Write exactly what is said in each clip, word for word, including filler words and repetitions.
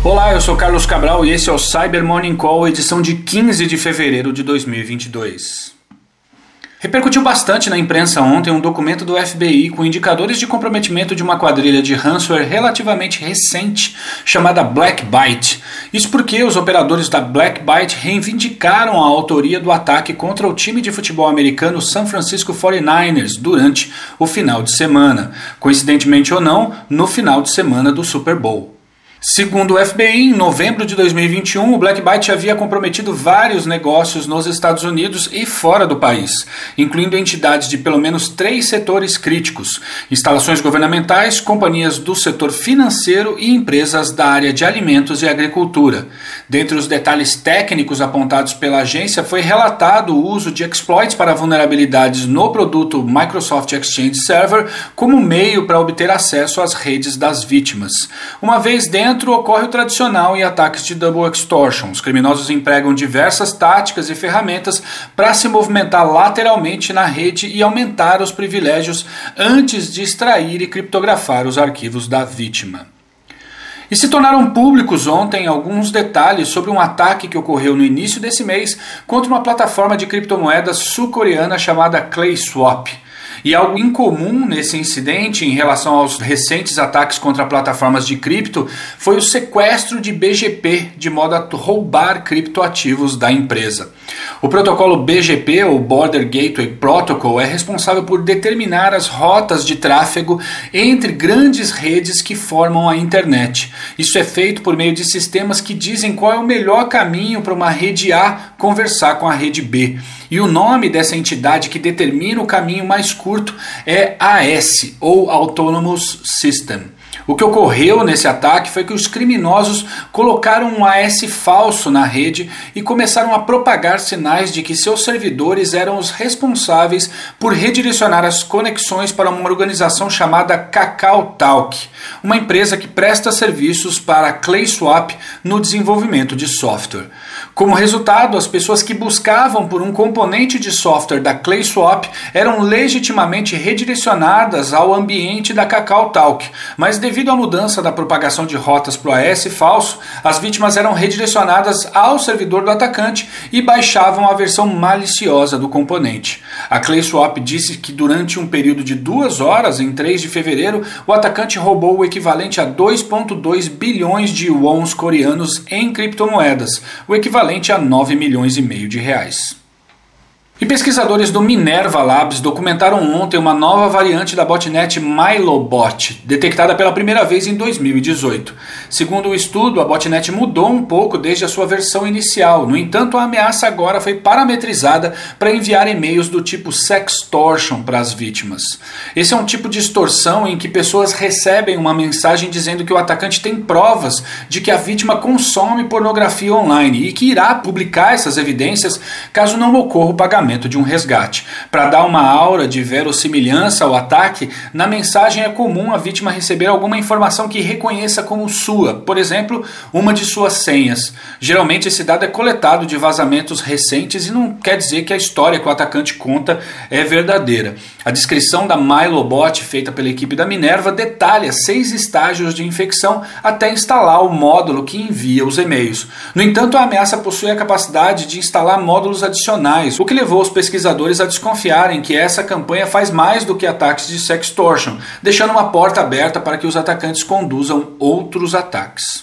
Olá, eu sou Carlos Cabral e esse é o Cyber Morning Call, edição de quinze de fevereiro de dois mil e vinte e dois. Repercutiu bastante na imprensa ontem um documento do F B I com indicadores de comprometimento de uma quadrilha de ransomware relativamente recente chamada Black Byte. Isso porque os operadores da Black Byte reivindicaram a autoria do ataque contra o time de futebol americano San Francisco forty-niners durante o final de semana, coincidentemente ou não, no final de semana do Super Bowl. Segundo o F B I, em novembro de dois mil e vinte e um, o Black Byte havia comprometido vários negócios nos Estados Unidos e fora do país, incluindo entidades de pelo menos três setores críticos: instalações governamentais, companhias do setor financeiro e empresas da área de alimentos e agricultura. Dentre os detalhes técnicos apontados pela agência, foi relatado o uso de exploits para vulnerabilidades no produto Microsoft Exchange Server como meio para obter acesso às redes das vítimas. Uma vez dentro, ocorre o tradicional em ataques de double extortion. Os criminosos empregam diversas táticas e ferramentas para se movimentar lateralmente na rede e aumentar os privilégios antes de extrair e criptografar os arquivos da vítima. E se tornaram públicos ontem alguns detalhes sobre um ataque que ocorreu no início desse mês contra uma plataforma de criptomoedas sul-coreana chamada ClaySwap. E algo incomum nesse incidente em relação aos recentes ataques contra plataformas de cripto foi o sequestro de B G P, de modo a roubar criptoativos da empresa. O protocolo B G P, ou Border Gateway Protocol, é responsável por determinar as rotas de tráfego entre grandes redes que formam a internet. Isso é feito por meio de sistemas que dizem qual é o melhor caminho para uma rede A conversar com a rede B. E o nome dessa entidade que determina o caminho mais curto é A S, ou Autonomous System. O que ocorreu nesse ataque foi que os criminosos colocaram um A S falso na rede e começaram a propagar sinais de que seus servidores eram os responsáveis por redirecionar as conexões para uma organização chamada KakaoTalk, uma empresa que presta serviços para a ClaySwap no desenvolvimento de software. Como resultado, as pessoas que buscavam por um componente de software da ClaySwap eram legitimamente redirecionadas ao ambiente da KakaoTalk, mas devido à mudança da propagação de rotas para o A S falso, as vítimas eram redirecionadas ao servidor do atacante e baixavam a versão maliciosa do componente. A ClaySwap disse que durante um período de duas horas, em três de fevereiro, o atacante roubou o equivalente a dois vírgula dois bilhões de wons coreanos em criptomoedas, o equivalente a nove milhões e meio de reais. E pesquisadores do Minerva Labs documentaram ontem uma nova variante da botnet Milobot, detectada pela primeira vez em dois mil e dezoito. Segundo o estudo, a botnet mudou um pouco desde a sua versão inicial. No entanto, a ameaça agora foi parametrizada para enviar e-mails do tipo sextortion para as vítimas. Esse é um tipo de extorsão em que pessoas recebem uma mensagem dizendo que o atacante tem provas de que a vítima consome pornografia online e que irá publicar essas evidências caso não ocorra o pagamento de um resgate. Para dar uma aura de verossimilhança ao ataque, na mensagem é comum a vítima receber alguma informação que reconheça como sua, por exemplo, uma de suas senhas. Geralmente esse dado é coletado de vazamentos recentes e não quer dizer que a história que o atacante conta é verdadeira. A descrição da Milobot feita pela equipe da Minerva detalha seis estágios de infecção até instalar o módulo que envia os e-mails. No entanto, a ameaça possui a capacidade de instalar módulos adicionais, o que levou os pesquisadores a desconfiarem que essa campanha faz mais do que ataques de sextortion, deixando uma porta aberta para que os atacantes conduzam outros ataques.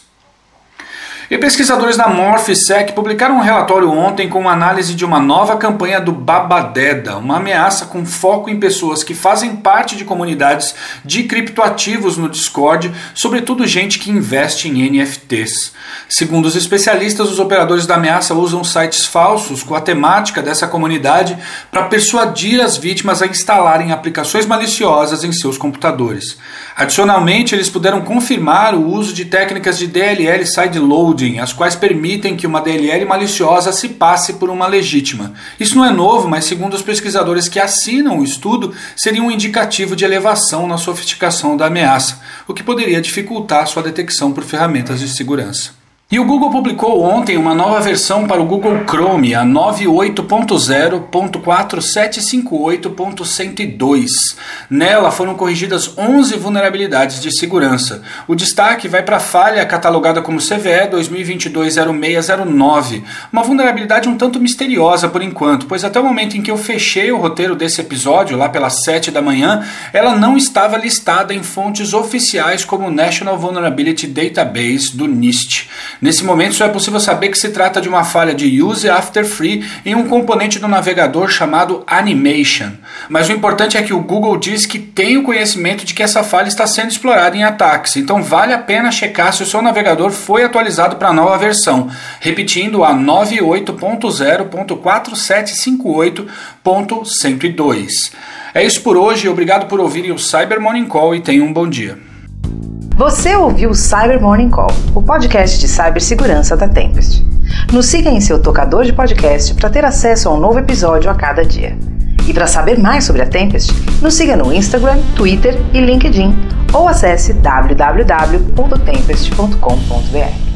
E pesquisadores da Morphsec publicaram um relatório ontem com uma análise de uma nova campanha do Babadeda, uma ameaça com foco em pessoas que fazem parte de comunidades de criptoativos no Discord, sobretudo gente que investe em N F Ts. Segundo os especialistas, os operadores da ameaça usam sites falsos com a temática dessa comunidade para persuadir as vítimas a instalarem aplicações maliciosas em seus computadores. Adicionalmente, eles puderam confirmar o uso de técnicas de D L L sideloading, as quais permitem que uma D L L maliciosa se passe por uma legítima. Isso não é novo, mas segundo os pesquisadores que assinam o estudo, seria um indicativo de elevação na sofisticação da ameaça, o que poderia dificultar sua detecção por ferramentas de segurança. E o Google publicou ontem uma nova versão para o Google Chrome, a nove oito ponto zero ponto quatro sete cinco oito ponto cento e dois. Nela foram corrigidas onze vulnerabilidades de segurança. O destaque vai para a falha catalogada como C V E dois mil e vinte e dois zero seis zero nove, uma vulnerabilidade um tanto misteriosa por enquanto, pois até o momento em que eu fechei o roteiro desse episódio, lá pelas sete da manhã, ela não estava listada em fontes oficiais como o National Vulnerability Database do NIST. Nesse momento só é possível saber que se trata de uma falha de Use After Free em um componente do navegador chamado Animation. Mas o importante é que o Google diz que tem o conhecimento de que essa falha está sendo explorada em ataques, então vale a pena checar se o seu navegador foi atualizado para a nova versão, repetindo a nove oito ponto zero ponto quatro sete cinco oito ponto cento e dois. É isso por hoje, obrigado por ouvirem o Cyber Morning Call e tenham um bom dia. Você ouviu o Cyber Morning Call, o podcast de cibersegurança da Tempest. Nos siga em seu tocador de podcast para ter acesso a um novo episódio a cada dia. E para saber mais sobre a Tempest, nos siga no Instagram, Twitter e LinkedIn ou acesse w w w ponto tempest ponto com ponto b r.